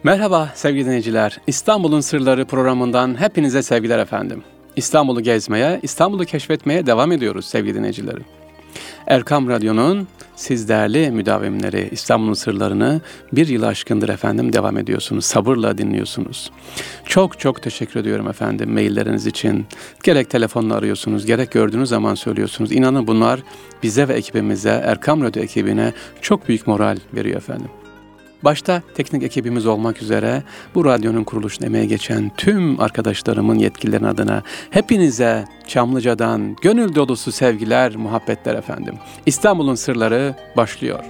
Merhaba sevgili dinleyiciler. İstanbul'un Sırları programından hepinize sevgiler efendim. İstanbul'u gezmeye, İstanbul'u keşfetmeye devam ediyoruz sevgili dinleyicilerim. Erkam Radyo'nun siz değerli müdavimleri İstanbul'un Sırlarını bir yıl aşkındır efendim devam ediyorsunuz. Sabırla dinliyorsunuz. Çok çok teşekkür ediyorum efendim mailleriniz için. Gerek telefonla arıyorsunuz, gerek gördüğünüz zaman söylüyorsunuz. İnanın bunlar bize ve ekibimize, Erkam Radyo ekibine çok büyük moral veriyor efendim. Başta teknik ekibimiz olmak üzere bu radyonun kuruluşuna emeği geçen tüm arkadaşlarımın yetkililerin adına hepinize Çamlıca'dan gönül dolusu sevgiler, muhabbetler efendim. İstanbul'un Sırları başlıyor.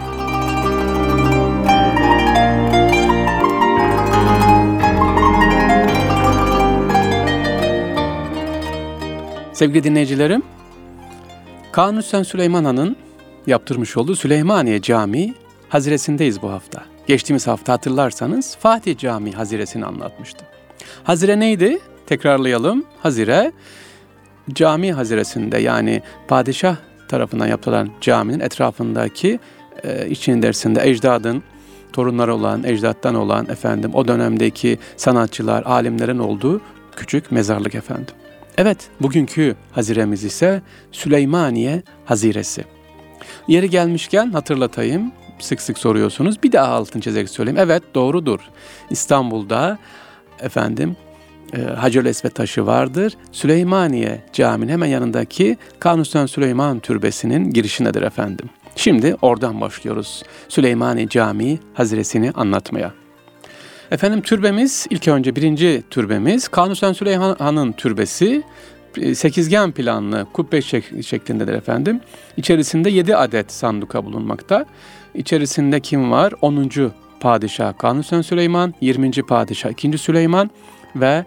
Sevgili dinleyicilerim, Kanuni Sultan Süleyman Han'ın yaptırmış olduğu Süleymaniye Camii Haziresindeyiz bu hafta. Geçtiğimiz hafta hatırlarsanız Fatih Camii Haziresini anlatmıştım. Hazire neydi? Tekrarlayalım. Hazire, cami haziresinde yani padişah tarafından yapılan caminin etrafındaki içerisinde ecdadın torunları olan, ecdattan olan efendim o dönemdeki sanatçılar, alimlerin olduğu küçük mezarlık efendim. Evet, bugünkü haziremiz ise Süleymaniye Haziresi. Yeri gelmişken hatırlatayım. Sık sık soruyorsunuz. Bir daha altını çizerek söyleyeyim. Evet, doğrudur. İstanbul'da efendim Hacer-ül Esved taşı vardır. Süleymaniye Camii'nin hemen yanındaki Kanuni Sultan Süleyman Türbesi'nin girişindedir efendim. Şimdi oradan başlıyoruz. Süleymaniye Camii Haziresini anlatmaya. Efendim türbemiz, ilk önce birinci türbemiz Kanuni Sultan Süleyman Han'ın türbesi. Sekizgen planlı kubbe şeklindedir efendim. İçerisinde 7 adet sanduka bulunmakta. İçerisinde kim var? 10. Padişah Kanuni Sultan Süleyman, 20. Padişah 2. Süleyman ve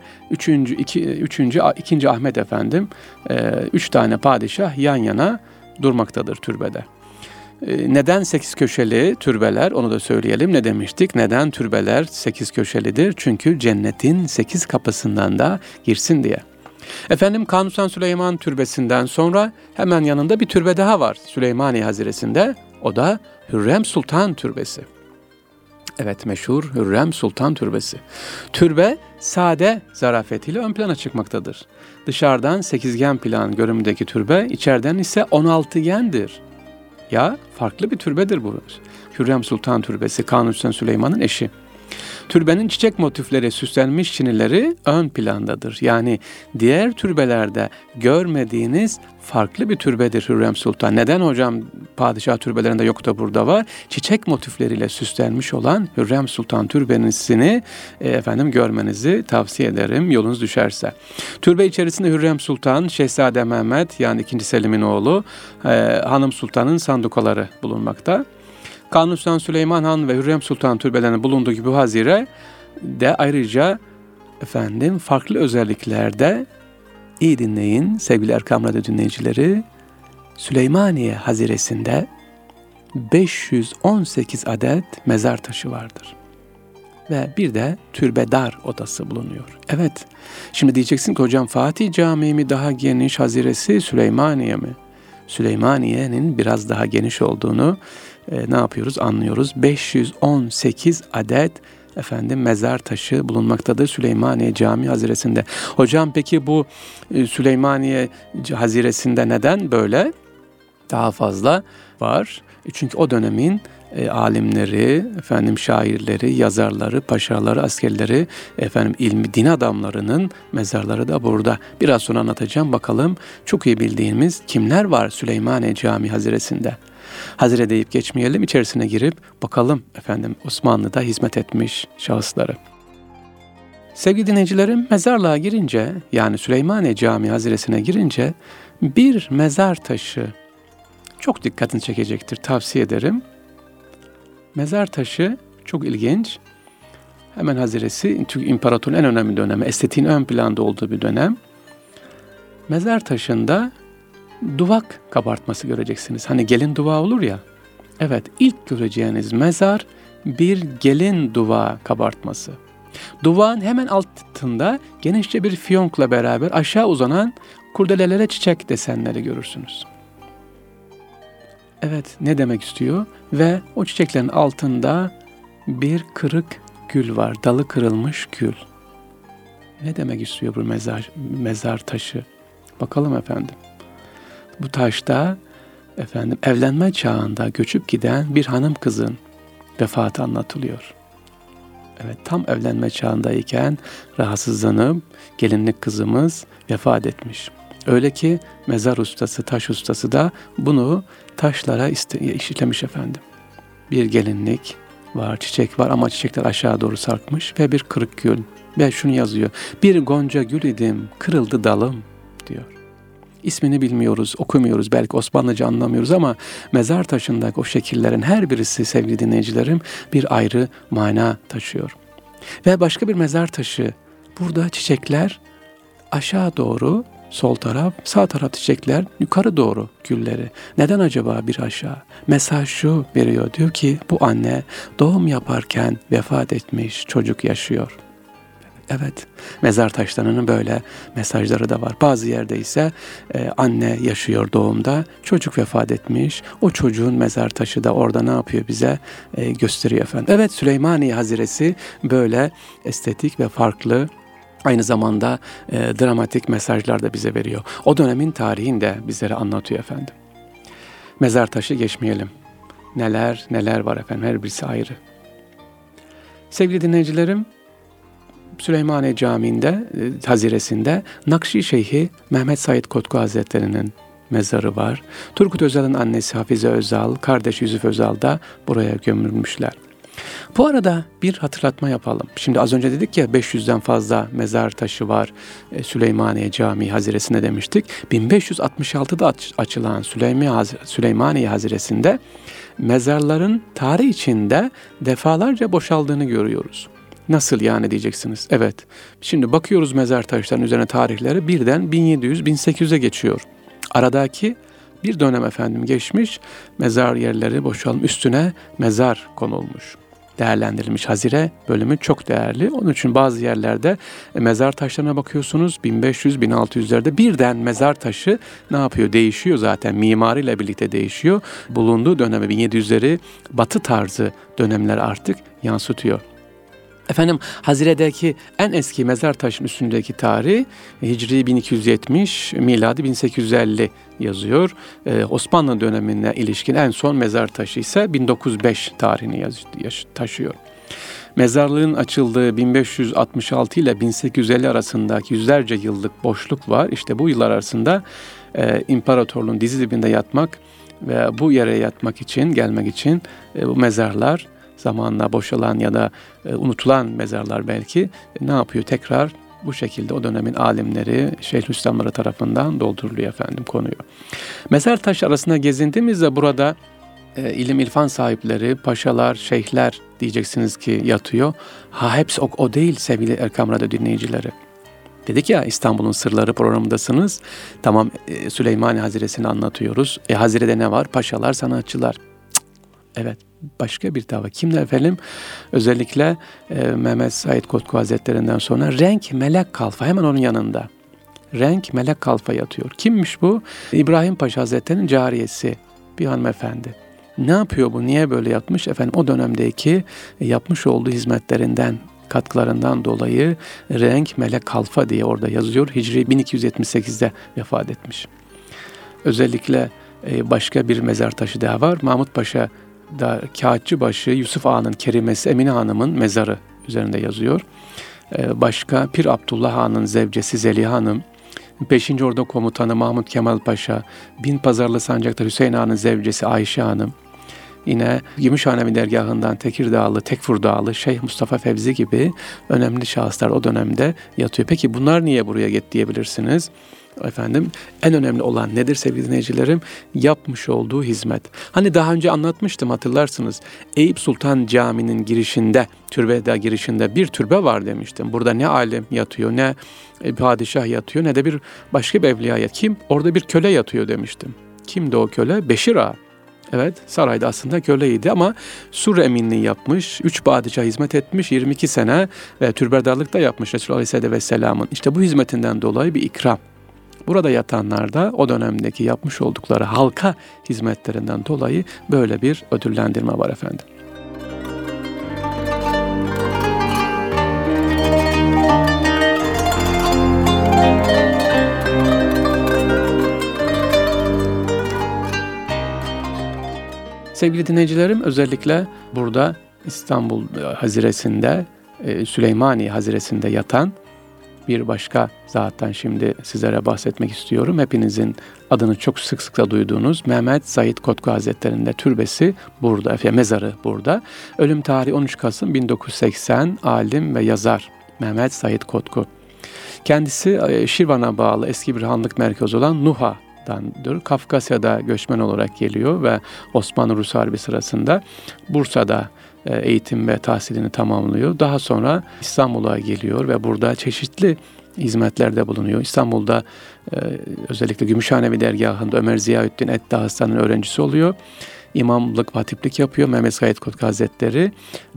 2. Ahmet efendim. 3 tane padişah yan yana durmaktadır türbede. Neden 8 köşeli türbeler? Onu da söyleyelim. Ne demiştik? Neden türbeler 8 köşelidir? Çünkü cennetin 8 kapısından da girsin diye. Efendim Kanuni Sultan Süleyman Türbesi'nden sonra hemen yanında bir türbe daha var Süleymaniye Haziresi'nde. O da Hürrem Sultan Türbesi. Evet, meşhur Hürrem Sultan Türbesi. Türbe sade zarafetiyle ön plana çıkmaktadır. Dışarıdan 8gen plan görünümdeki türbe, içeriden ise 16gendir. Ya farklı bir türbedir bu. Hürrem Sultan Türbesi, Kanuni Sultan Süleyman'ın eşi. Türbenin çiçek motifleri, süslenmiş çinileri ön plandadır. Yani diğer türbelerde görmediğiniz farklı bir türbedir Hürrem Sultan. Neden hocam padişah türbelerinde yok da burada var? Çiçek motifleriyle süslenmiş olan Hürrem Sultan türbesini görmenizi tavsiye ederim yolunuz düşerse. Türbe içerisinde Hürrem Sultan, Şehzade Mehmet yani 2. Selim'in oğlu, Hanım Sultan'ın sandukaları bulunmakta. Kanuni Sultan Süleyman Han ve Hürrem Sultan türbelerinin bulunduğu gibi bu hazire de ayrıca farklı özelliklerde iyi dinleyin sevgili Erkam Radyo dinleyicileri. Süleymaniye Haziresi'nde 518 adet mezar taşı vardır. Ve bir de türbedar odası bulunuyor. Evet, şimdi diyeceksin ki hocam Fatih Camii mi daha geniş, haziresi Süleymaniye mi? Süleymaniye'nin biraz daha geniş olduğunu ne yapıyoruz? Anlıyoruz. 518 adet mezar taşı bulunmaktadır Süleymaniye Camii Haziresi'nde. Hocam peki bu Süleymaniye Haziresi'nde neden böyle? Daha fazla var. Çünkü o dönemin alimleri, şairleri, yazarları, paşaları, askerleri, ilmi din adamlarının mezarları da burada. Biraz sonra anlatacağım. Bakalım çok iyi bildiğimiz kimler var Süleymaniye Camii Haziresi'nde. Hazire deyip geçmeyelim, içerisine girip bakalım Osmanlı'da hizmet etmiş şahısları. Sevgili dinleyicilerim, mezarlığa girince yani Süleymaniye Camii Haziresi'ne girince bir mezar taşı çok dikkatini çekecektir, tavsiye ederim. Mezar taşı çok ilginç. Hemen haziresi çünkü imparatorun en önemli dönemi, estetiğin ön planda olduğu bir dönem. Mezar taşında duvak kabartması göreceksiniz. Hani gelin duvağı olur ya. Evet, ilk göreceğiniz mezar bir gelin duvağı kabartması. Duvağın hemen altında genişçe bir fiyonkla beraber aşağı uzanan kurdelelere çiçek desenleri görürsünüz. Evet, ne demek istiyor? Ve o çiçeklerin altında bir kırık gül var. Dalı kırılmış gül. Ne demek istiyor bu mezar taşı? Bakalım efendim. Bu taşta efendim evlenme çağında göçüp giden bir hanım kızın vefatı anlatılıyor. Evet, tam evlenme çağındayken rahatsızlanıp gelinlik kızımız vefat etmiş. Öyle ki mezar ustası, taş ustası da bunu taşlara işlemiş efendim. Bir gelinlik var, çiçek var ama çiçekler aşağı doğru sarkmış ve bir kırık gül. Ve şunu yazıyor: bir gonca gül idim, kırıldı dalım diyor. İsmini bilmiyoruz, okumuyoruz, belki Osmanlıca anlamıyoruz ama mezar taşındaki o şekillerin her birisi sevgili dinleyicilerim bir ayrı mana taşıyor. Ve başka bir mezar taşı, burada çiçekler aşağı doğru, sol taraf, sağ taraf çiçekler yukarı doğru gülleri. Neden acaba bir aşağı? Mesaj şu veriyor, diyor ki bu anne doğum yaparken vefat etmiş, çocuk yaşıyor. Evet, mezar taşlarının böyle mesajları da var. Bazı yerde ise anne yaşıyor doğumda, çocuk vefat etmiş. O çocuğun mezar taşı da orada ne yapıyor bize gösteriyor efendim. Evet, Süleymaniye Haziresi böyle estetik ve farklı, aynı zamanda dramatik mesajlar da bize veriyor. O dönemin tarihini de bizlere anlatıyor efendim. Mezar taşı geçmeyelim. Neler neler var efendim, her birisi ayrı. Sevgili dinleyicilerim, Süleymaniye Camii'nde, haziresinde Nakşi Şeyhi Mehmet Said Kotku Hazretleri'nin mezarı var. Turgut Özal'ın annesi Hafize Özal, kardeşi Yusuf Özal da buraya gömülmüşler. Bu arada bir hatırlatma yapalım. Şimdi az önce dedik ya 500'den fazla mezar taşı var Süleymaniye Camii Haziresi'nde demiştik. 1566'da açılan Süleymaniye Haziresi'nde mezarların tarih içinde defalarca boşaldığını görüyoruz. Nasıl yani diyeceksiniz. Evet, şimdi bakıyoruz mezar taşlarının üzerine tarihleri birden 1700-1800'e geçiyor. Aradaki bir dönem efendim geçmiş, mezar yerleri boşalmış, üstüne mezar konulmuş. Değerlendirilmiş hazire bölümü çok değerli. Onun için bazı yerlerde mezar taşlarına bakıyorsunuz 1500-1600'lerde birden mezar taşı ne yapıyor? Değişiyor zaten, mimariyle birlikte değişiyor. Bulunduğu dönemi 1700'leri batı tarzı dönemler artık yansıtıyor. Efendim Hazire'deki en eski mezar taşının üstündeki tarih Hicri 1270, miladi 1850 yazıyor. Osmanlı dönemine ilişkin en son mezar taşı ise 1905 tarihini taşıyor. Mezarlığın açıldığı 1566 ile 1850 arasındaki yüzlerce yıllık boşluk var. İşte bu yıllar arasında imparatorluğun dizi dibinde yatmak ve bu yere yatmak için, gelmek için bu mezarlar, zamanla boşalan ya da unutulan mezarlar belki ne yapıyor? Tekrar bu şekilde o dönemin alimleri, şeyhülislamları tarafından dolduruluyor efendim, konuyor. Mezar taşı arasında gezindiğimizde burada ilim irfan sahipleri, paşalar, şeyhler diyeceksiniz ki yatıyor. Hepsi o değil sevgili Erkam Radyo dinleyicileri. Dedik ya İstanbul'un Sırları programındasınız. Tamam, Süleymaniye Haziresi'ni anlatıyoruz. Hazire'de ne var? Paşalar, sanatçılar. Evet, başka bir tava. Kimler efendim? Özellikle Mehmet Said Kotku Hazretlerinden sonra Renk Melek Kalfa hemen onun yanında. Renk Melek Kalfa yatıyor. Kimmiş bu? İbrahim Paşa Hazretleri'nin cariyesi, bir hanımefendi. Ne yapıyor bu? Niye böyle yapmış? Efendim o dönemdeki yapmış olduğu hizmetlerinden, katkılarından dolayı Renk Melek Kalfa diye orada yazıyor. Hicri 1278'de vefat etmiş. Özellikle başka bir mezar taşı daha var. Mahmut Paşa da Kağıtçıbaşı Yusuf Ağa'nın kerimesi Emine Hanım'ın mezarı üzerinde yazıyor. Başka Pir Abdullah Ağa'nın zevcesi Zeliha Hanım, 5. Ordu Komutanı Mahmut Kemal Paşa, Binpazarlı Sancaktar Hüseyin Ağa'nın zevcesi Ayşe Hanım, yine Gümüşhanevi dergahından Tekirdağlı, Tekfurdağlı Şeyh Mustafa Fevzi gibi önemli şahıslar o dönemde yatıyor. Peki bunlar niye buraya gitti diyebilirsiniz. Efendim en önemli olan nedir sevgili dinleyicilerim? Yapmış olduğu hizmet. Hani daha önce anlatmıştım, hatırlarsınız. Eyüp Sultan Camii'nin girişinde, türbe girişinde bir türbe var demiştim. Burada ne alim yatıyor, ne padişah yatıyor, ne de bir başka bir evliya yatıyor. Kim? Orada bir köle yatıyor demiştim. Kimdi o köle? Beşir Ağa. Evet, sarayda aslında köleydi ama sur eminliği yapmış, 3 padişah hizmet etmiş, 22 sene ve türbedarlık da yapmış Resulullah Aleyhisselatü Vesselam'ın. İşte bu hizmetinden dolayı bir ikram. Burada yatanlar da o dönemdeki yapmış oldukları halka hizmetlerinden dolayı böyle bir ödüllendirme var efendim. Sevgili dinleyicilerim, özellikle burada İstanbul Haziresinde, Süleymaniye Haziresinde yatan bir başka zattan şimdi sizlere bahsetmek istiyorum. Hepinizin adını çok sık sık da duyduğunuz Mehmet Said Kotku Hazretleri'nde türbesi burada, mezarı burada. Ölüm tarihi 13 Kasım 1980, alim ve yazar Mehmet Said Kotku. Kendisi Şirvan'a bağlı eski bir hanlık merkezi olan Nuha'dandır. Kafkasya'da göçmen olarak geliyor ve Osmanlı-Rus Harbi sırasında Bursa'da eğitim ve tahsilini tamamlıyor. Daha sonra İstanbul'a geliyor ve burada çeşitli hizmetlerde bulunuyor. İstanbul'da özellikle Gümüşhanevi dergahında Ömer Ziyaüddin Ettahas'tanın öğrencisi oluyor. İmamlık, hatiplik yapıyor Mehmet Said Kotku Hazretleri.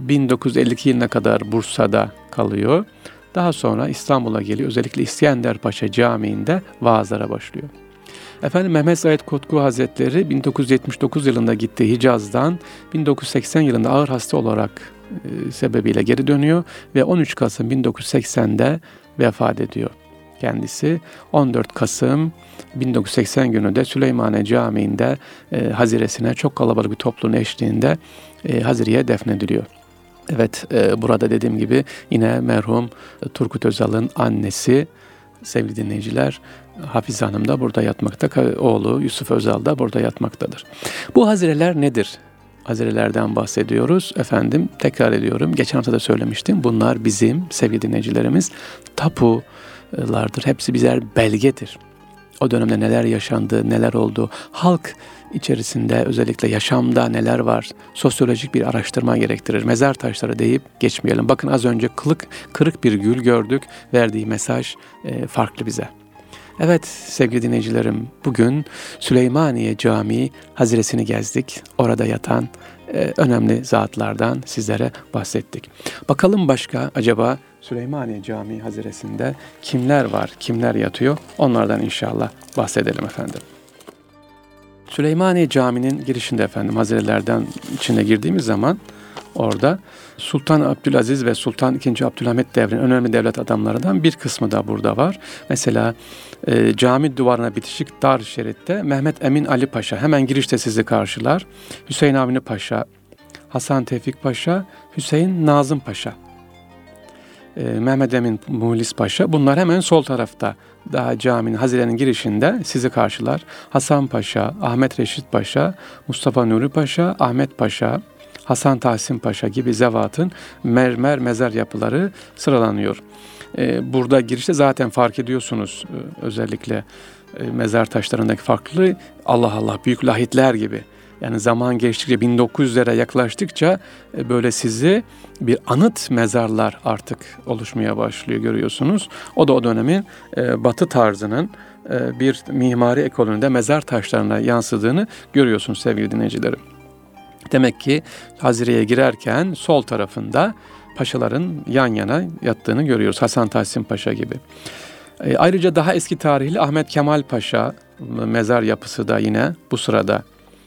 1952 yılına kadar Bursa'da kalıyor. Daha sonra İstanbul'a geliyor. Özellikle İskenderpaşa Camii'nde vaazlara başlıyor. Efendim Mehmet Said Kotku Hazretleri 1979 yılında gittiği Hicaz'dan 1980 yılında ağır hasta olarak sebebiyle geri dönüyor ve 13 Kasım 1980'de vefat ediyor. Kendisi 14 Kasım 1980 günü de Süleymaniye Camii'nde haziresine çok kalabalık bir topluluğun eşliğinde hazireye defnediliyor. Evet, burada dediğim gibi yine merhum Turgut Özal'ın annesi, sevgili dinleyiciler, Hafize Hanım da burada yatmakta, oğlu Yusuf Özal da burada yatmaktadır. Bu hazireler nedir? Hazirelerden bahsediyoruz. Efendim tekrar ediyorum, geçen hafta da söylemiştim. Bunlar bizim sevgili dinleyicilerimiz tapulardır. Hepsi birer belgedir. O dönemde neler yaşandı, neler oldu, halk içerisinde özellikle yaşamda neler var, sosyolojik bir araştırma gerektirir. Mezar taşları deyip geçmeyelim. Bakın az önce kırık bir gül gördük, verdiği mesaj farklı bize. Evet sevgili dinleyicilerim, bugün Süleymaniye Camii haziresini gezdik. Orada yatan önemli zatlardan sizlere bahsettik. Bakalım başka acaba Süleymaniye Camii haziresinde kimler var, kimler yatıyor? Onlardan inşallah bahsedelim efendim. Süleymaniye Camii'nin girişinde efendim hazirelerden içine girdiğimiz zaman orada Sultan Abdülaziz ve Sultan II. Abdülhamit devrinin önemli devlet adamlarından bir kısmı da burada var. Mesela cami duvarına bitişik dar şeritte Mehmet Emin Ali Paşa hemen girişte sizi karşılar. Hüseyin Avni Paşa, Hasan Tevfik Paşa, Hüseyin Nazım Paşa, Mehmet Emin Muhlis Paşa, bunlar hemen sol tarafta, daha caminin, hazirenin girişinde sizi karşılar. Hasan Paşa, Ahmet Reşit Paşa, Mustafa Nuri Paşa, Ahmet Paşa, Hasan Tahsin Paşa gibi zevatın mermer mezar yapıları sıralanıyor. Burada girişte zaten fark ediyorsunuz, özellikle mezar taşlarındaki farklılığı, Allah Allah, büyük lahitler gibi. Yani zaman geçtikçe 1900'lere yaklaştıkça böyle sizi bir anıt mezarlar artık oluşmaya başlıyor, görüyorsunuz. O da o dönemin Batı tarzının bir mimari ekolünde mezar taşlarına yansıdığını görüyorsunuz sevgili dinleyicilerim. Demek ki hazireye girerken sol tarafında paşaların yan yana yattığını görüyoruz. Hasan Tahsin Paşa gibi. Ayrıca daha eski tarihli Ahmet Kemal Paşa mezar yapısı da yine bu sırada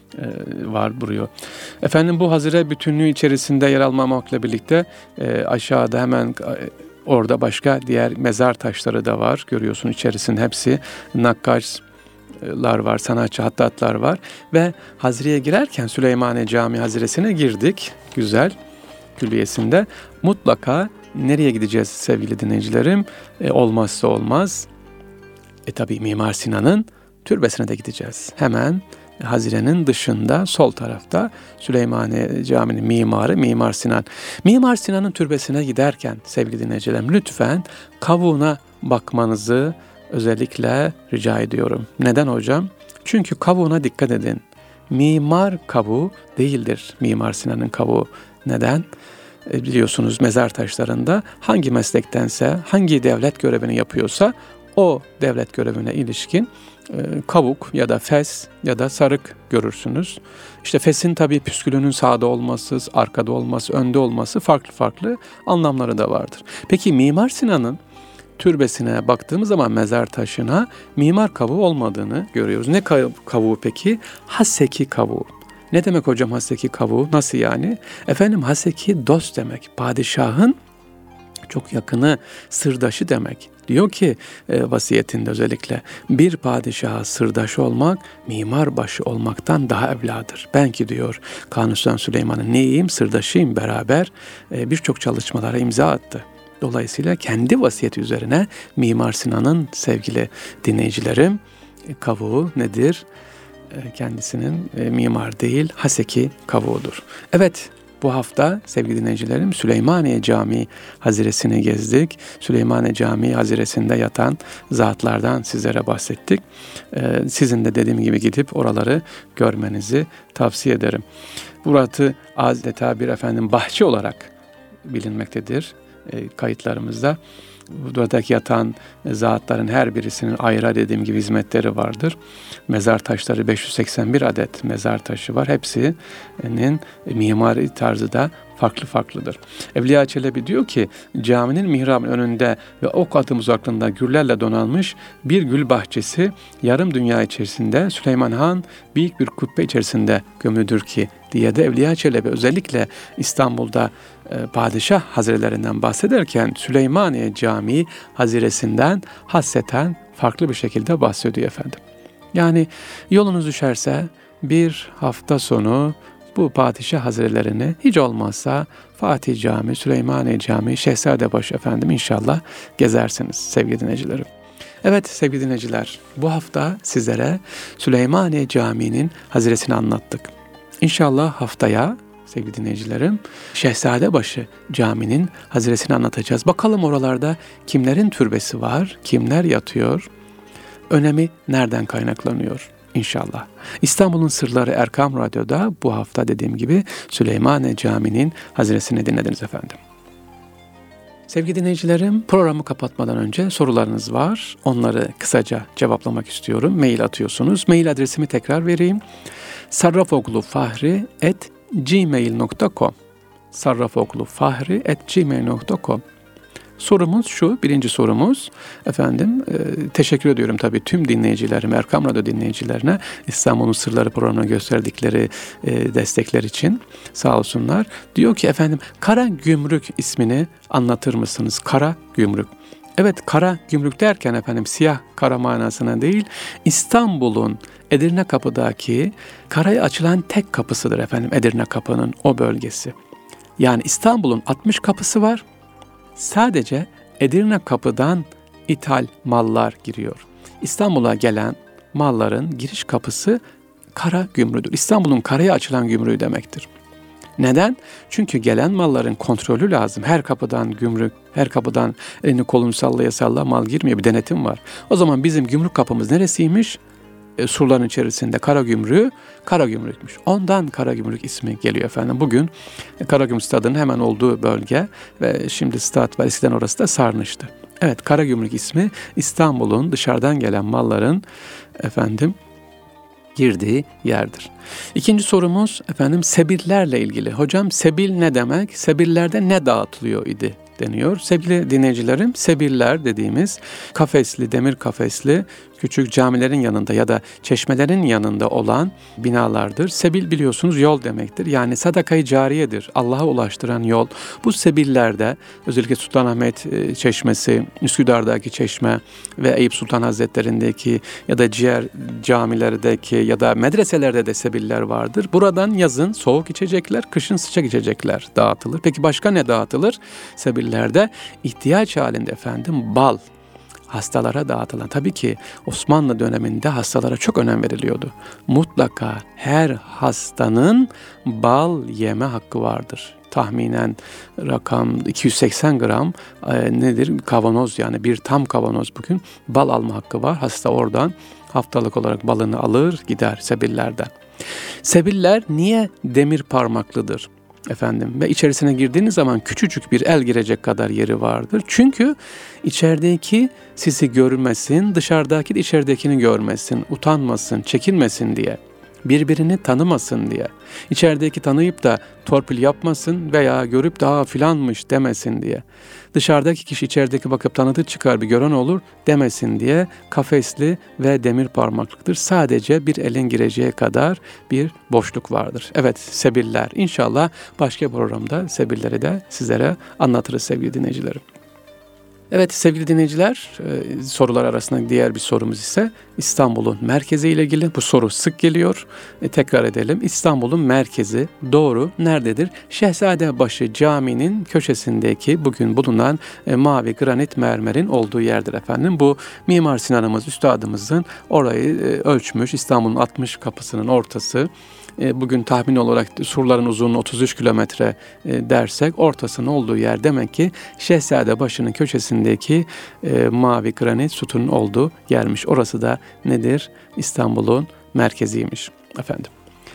var duruyor. Efendim bu hazire bütünlüğü içerisinde yer almamakla birlikte aşağıda hemen orada başka diğer mezar taşları da var. Görüyorsun içerisinde hepsi nakkaşlar var, sanatçı hattatlar var ve hazireye girerken Süleymaniye Camii haziresine girdik. Güzel külliyesinde. Mutlaka nereye gideceğiz sevgili dinleyicilerim? Olmazsa olmaz. Tabii Mimar Sinan'ın türbesine de gideceğiz. Hemen hazirenin dışında sol tarafta Süleymaniye Camii'nin mimarı Mimar Sinan. Mimar Sinan'ın türbesine giderken sevgili dinleyicilerim lütfen kavuğuna bakmanızı özellikle rica ediyorum. Neden hocam? Çünkü kavuğuna dikkat edin. Mimar kavuğu değildir Mimar Sinan'ın kavuğu. Neden? Biliyorsunuz mezar taşlarında hangi meslektense, hangi devlet görevini yapıyorsa o devlet görevine ilişkin kavuk ya da fes ya da sarık görürsünüz. İşte fesin tabii püskülünün sağda olması, arkada olması, önde olması farklı anlamları da vardır. Peki Mimar Sinan'ın türbesine baktığımız zaman mezar taşına mimar kavuğu olmadığını görüyoruz. Ne kavuğu peki? Haseki kavuğu. Ne demek hocam haseki kavuğu? Nasıl yani? Efendim haseki dost demek. Padişahın çok yakını, sırdaşı demek. Diyor ki vasiyetinde özellikle bir padişaha sırdaş olmak mimar başı olmaktan daha evladır. Ben ki diyor Kanuni Sultan Süleyman'ın neyim, sırdaşıyım, beraber birçok çalışmalara imza attı. Dolayısıyla kendi vasiyeti üzerine Mimar Sinan'ın sevgili dinleyicilerim kavuğu nedir? Kendisinin mimar değil, haseki kavuğudur. Evet, bu hafta sevgili dinleyicilerim Süleymaniye Camii Haziresi'ni gezdik. Süleymaniye Camii Haziresi'nde yatan zatlardan sizlere bahsettik. Sizin de dediğim gibi gidip oraları görmenizi tavsiye ederim. Burası adeta bir bahçe olarak bilinmektedir kayıtlarımızda. Buradaki yatan zatların her birisinin ayrı dediğim gibi hizmetleri vardır. Mezar taşları 581 adet mezar taşı var. Hepsinin mimari tarzı da farklıdır. Evliya Çelebi diyor ki caminin mihrabının önünde ve ok adım uzaklığında güllerle donanmış bir gül bahçesi yarım dünya içerisinde Süleyman Han büyük bir kubbe içerisinde gömülüdür ki diye de Evliya Çelebi özellikle İstanbul'da padişah hazirelerinden bahsederken Süleymaniye Camii haziresinden hasreten farklı bir şekilde bahsediyor efendim. Yani yolunuz düşerse bir hafta sonu bu padişah hazirelerini hiç olmazsa Fatih Camii, Süleymaniye Camii, Şehzadebaşı efendim inşallah gezersiniz sevgili dinleyicilerim. Evet sevgili dinleyiciler, bu hafta sizlere Süleymaniye Camii'nin haziresini anlattık. İnşallah haftaya sevgili dinleyicilerim Şehzadebaşı Camii'nin haziresini anlatacağız. Bakalım oralarda kimlerin türbesi var, kimler yatıyor, önemi nereden kaynaklanıyor? İnşallah. İstanbul'un Sırları Erkam Radyo'da bu hafta dediğim gibi Süleymaniye Camii'nin haziresini dinlediniz efendim. Sevgili dinleyicilerim, programı kapatmadan önce sorularınız var. Onları kısaca cevaplamak istiyorum. Mail atıyorsunuz. Mail adresimi tekrar vereyim. sarrafoglufahri@gmail.com sarrafoglufahri@gmail.com Sorumuz şu, birinci sorumuz teşekkür ediyorum tabii tüm dinleyicilerime, Erkam Radyo dinleyicilerine İstanbul'un Sırları programına gösterdikleri destekler için sağ olsunlar. Diyor ki Kara Gümrük ismini anlatır mısınız? Kara Gümrük. Evet, kara gümrük derken siyah kara manasına değil, İstanbul'un Edirne Kapı'daki karaya açılan tek kapısıdır Edirne Kapı'nın o bölgesi. Yani İstanbul'un 60 kapısı var. Sadece Edirne Kapı'dan ithal mallar giriyor. İstanbul'a gelen malların giriş kapısı kara gümrüdür. İstanbul'un karaya açılan gümrüğü demektir. Neden? Çünkü gelen malların kontrolü lazım. Her kapıdan gümrük, her kapıdan elini kolunu sallaya mal girmiyor. Bir denetim var. O zaman bizim gümrük kapımız neresiymiş? Surların içerisinde Karagümrük'müş. Ondan Karagümrük ismi geliyor Bugün Karagümrük Stadı'nın hemen olduğu bölge ve şimdi stat var. Eskiden orası da Sarnıç'tı. Evet, Karagümrük ismi İstanbul'un dışarıdan gelen malların girdiği yerdir. İkinci sorumuz sebillerle ilgili. Hocam sebil ne demek? Sebillerde ne dağıtılıyor idi deniyor. Sevgili dinleyicilerim, sebiller dediğimiz kafesli, demir kafesli küçük camilerin yanında ya da çeşmelerin yanında olan binalardır. Sebil biliyorsunuz yol demektir. Yani sadaka-i cariyedir. Allah'a ulaştıran yol. Bu sebillerde özellikle Sultanahmet Çeşmesi, Üsküdar'daki çeşme ve Eyüp Sultan Hazretleri'ndeki ya da diğer camilerdeki ya da medreselerde de sebiller vardır. Buradan yazın soğuk içecekler, kışın sıcak içecekler dağıtılır. Peki başka ne dağıtılır? Sebillerde ihtiyaç halinde bal hastalara dağıtılan. Tabii ki Osmanlı döneminde hastalara çok önem veriliyordu. Mutlaka her hastanın bal yeme hakkı vardır. Tahminen rakam 280 gram kavanoz, yani bir tam kavanoz bugün bal alma hakkı var. Hasta oradan haftalık olarak balını alır gider sebillerden. Sebiller niye demir parmaklıdır? Ve içerisine girdiğiniz zaman küçücük bir el girecek kadar yeri vardır. Çünkü içerideki sizi görmesin, dışarıdaki de içeridekini görmesin, utanmasın, çekinmesin diye, birbirini tanımasın diye, içerideki tanıyıp da torpil yapmasın veya görüp daha filanmış demesin diye, dışarıdaki kişi içerideki bakıp tanıdığı çıkar bir gören olur demesin diye kafesli ve demir parmaklıktır. Sadece bir elin gireceği kadar bir boşluk vardır. Evet, sebiller. İnşallah başka programda sebilleri de sizlere anlatırız sevgili dinleyicilerim. Evet sevgili dinleyiciler, sorular arasında diğer bir sorumuz ise İstanbul'un merkezi ile ilgili. Bu soru sık geliyor. Tekrar edelim. İstanbul'un merkezi doğru nerededir? Şehzadebaşı Camii'nin köşesindeki bugün bulunan mavi granit mermerin olduğu yerdir efendim. Bu Mimar Sinan'ımız, üstadımızın orayı ölçmüş. İstanbul'un 60 kapısının ortası. Bugün tahmin olarak surların uzunluğu 33 kilometre dersek ortasının olduğu yer demek ki Şehzadebaşı'nın köşesindeki mavi granit sütunun olduğu yermiş. Orası da nedir? İstanbul'un merkeziymiş efendim.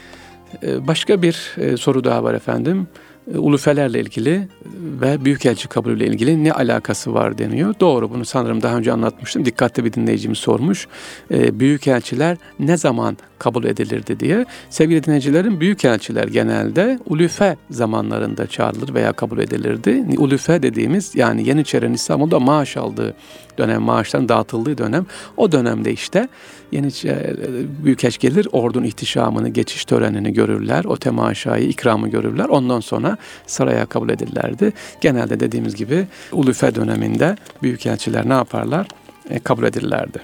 Başka bir soru daha var efendim. Ulufelerle ilgili ve Büyükelçi kabulüyle ilgili ne alakası var deniyor. Doğru, bunu sanırım daha önce anlatmıştım. Dikkatli bir dinleyicimiz sormuş. Büyükelçiler ne zaman kabul edilirdi diye. Sevgili dinleyicilerim, büyükelçiler genelde ulufe zamanlarında çağrılır veya kabul edilirdi. Ulufe dediğimiz yani Yeniçeri'nin İstanbul'da maaş aldığı dönem, maaşların dağıtıldığı dönem. O dönemde işte büyükelçi gelir, ordunun ihtişamını, geçiş törenini görürler. O temaşayı, ikramı görürler. Ondan sonra saraya kabul edilirlerdi. Genelde dediğimiz gibi ulufe döneminde büyükelçiler ne yaparlar? Kabul edilirlerdi.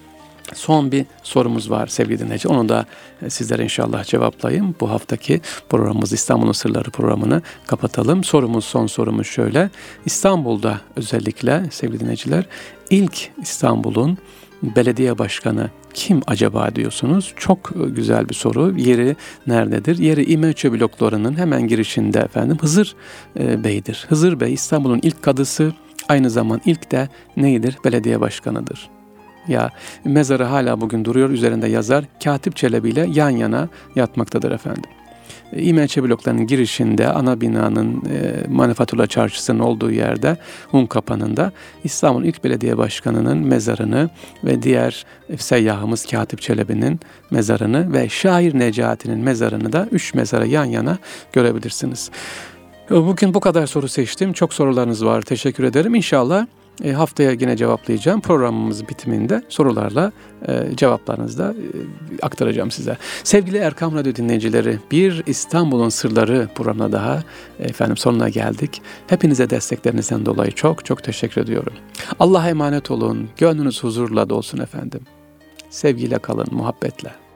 Son bir sorumuz var sevgili dinleyici. Onu da sizlere inşallah cevaplayayım. Bu haftaki programımız İstanbul'un Sırları programını kapatalım. Son sorumuz şöyle. İstanbul'da özellikle sevgili dinleyiciler ilk İstanbul'un belediye başkanı kim acaba diyorsunuz? Çok güzel bir soru. Yeri nerededir? Yeri İmece bloklarının hemen girişinde efendim Hızır Bey'dir. Hızır Bey İstanbul'un ilk kadısı, aynı zaman ilk de neyidir? Belediye başkanıdır. Ya mezarı hala bugün duruyor, üzerinde yazar. Katip Çelebi ile yan yana yatmaktadır efendim. İmece bloklarının girişinde ana binanın Manifatura Çarşısı'nın olduğu yerde Un Kapanı'nda İstanbul ilk belediye başkanının mezarını ve diğer seyyahımız Katip Çelebi'nin mezarını ve şair Necati'nin mezarını da 3 mezara yan yana görebilirsiniz. Bugün bu kadar soru seçtim. Çok sorularınız var. Teşekkür ederim. İnşallah haftaya yine cevaplayacağım. Programımız bitiminde sorularla cevaplarınızı da aktaracağım size. Sevgili Erkam Radyo dinleyicileri, bir İstanbul'un Sırları programına daha efendim sonuna geldik. Hepinize desteklerinizden dolayı çok çok teşekkür ediyorum. Allah'a emanet olun. Gönlünüz huzurla dolsun efendim. Sevgiyle kalın, muhabbetle.